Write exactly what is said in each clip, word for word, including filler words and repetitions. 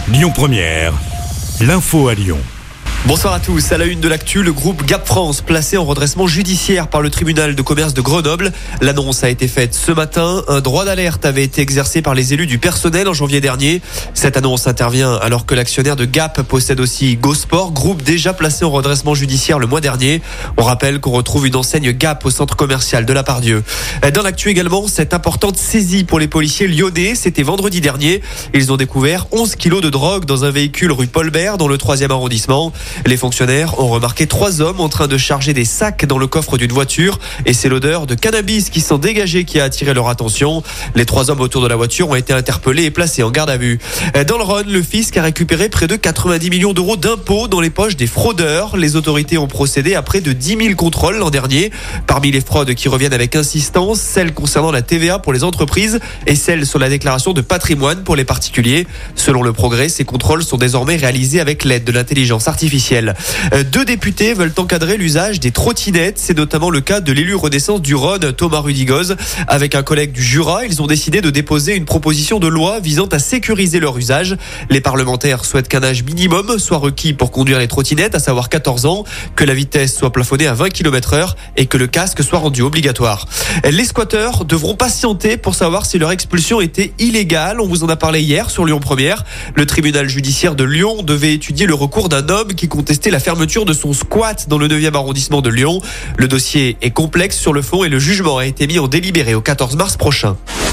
Lyon Première, l'info à Lyon. Bonsoir à tous. À la une de l'actu, le groupe Gap France placé en redressement judiciaire par le tribunal de commerce de Grenoble. L'annonce a été faite ce matin. Un droit d'alerte avait été exercé par les élus du personnel en janvier dernier. Cette annonce intervient alors que l'actionnaire de Gap possède aussi GoSport, groupe déjà placé en redressement judiciaire le mois dernier. On rappelle qu'on retrouve une enseigne Gap au centre commercial de la Pardieu. Dans l'actu également, cette importante saisie pour les policiers lyonnais. C'était vendredi dernier. Ils ont découvert onze kilos de drogue dans un véhicule rue Paul Bert dans le troisième arrondissement. Les fonctionnaires ont remarqué trois hommes en train de charger des sacs dans le coffre d'une voiture et c'est l'odeur de cannabis qui s'en dégageait qui a attiré leur attention. Les trois hommes autour de la voiture ont été interpellés et placés en garde à vue. Dans le Rhône, le fisc a récupéré près de quatre-vingt-dix millions d'euros d'impôts dans les poches des fraudeurs. Les autorités ont procédé à près de dix mille contrôles l'an dernier. Parmi les fraudes qui reviennent avec insistance, celles concernant la T V A pour les entreprises et celles sur la déclaration de patrimoine pour les particuliers. Selon le Progrès, ces contrôles sont désormais réalisés avec l'aide de l'intelligence artificielle. Deux députés veulent encadrer l'usage des trottinettes. C'est notamment le cas de l'élu Renaissance du Rhône, Thomas Rudigoz. Avec un collègue du Jura, ils ont décidé de déposer une proposition de loi visant à sécuriser leur usage. Les parlementaires souhaitent qu'un âge minimum soit requis pour conduire les trottinettes, à savoir quatorze ans, que la vitesse soit plafonnée à vingt kilomètres heure et que le casque soit rendu obligatoire. Les squatteurs devront patienter pour savoir si leur expulsion était illégale. On vous en a parlé hier sur Lyon Première. Le tribunal judiciaire de Lyon devait étudier le recours d'un homme qui contestait la fermeture de son squat dans le neuvième arrondissement de Lyon. Le dossier est complexe sur le fond et le jugement a été mis en délibéré au quatorze mars prochain.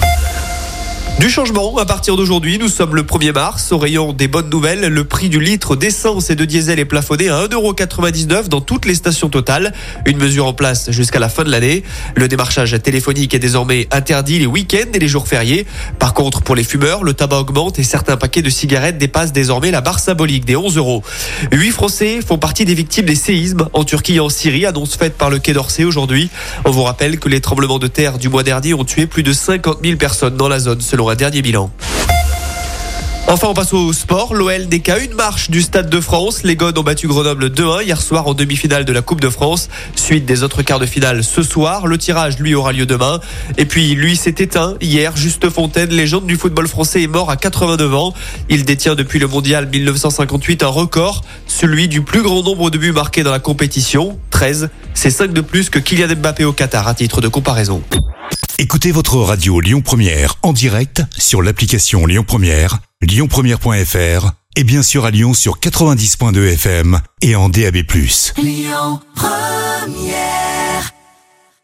Du changement, à partir d'aujourd'hui, nous sommes le premier mars. Au rayon des bonnes nouvelles, le prix du litre d'essence et de diesel est plafonné à un euro quatre-vingt-dix-neuf dans toutes les stations Total. Une mesure en place jusqu'à la fin de l'année. Le démarchage téléphonique est désormais interdit les week-ends et les jours fériés. Par contre, pour les fumeurs, le tabac augmente et certains paquets de cigarettes dépassent désormais la barre symbolique des onze euros. Huit Français font partie des victimes des séismes en Turquie et en Syrie, annonce faite par le Quai d'Orsay aujourd'hui. On vous rappelle que les tremblements de terre du mois dernier ont tué plus de cinquante mille personnes dans la zone, selon un dernier bilan. Enfin, on passe au sport. L'O L n'est qu'à une marche du Stade de France. Les Godes ont battu Grenoble deux un hier soir en demi-finale de la Coupe de France. Suite des autres quarts de finale ce soir. Le tirage, lui, aura lieu demain. Et puis, lui, s'est éteint hier. Juste Fontaine, légende du football français, est mort à quatre-vingt-neuf ans. Il détient depuis le mondial mille neuf cent cinquante-huit un record, celui du plus grand nombre de buts marqués dans la compétition, treize. C'est cinq de plus que Kylian Mbappé au Qatar, à titre de comparaison. Écoutez votre radio Lyon Première en direct sur l'application Lyon Première, lyon première point f r et bien sûr à Lyon sur quatre-vingt-dix point deux F M et en D A B plus. Lyon Première.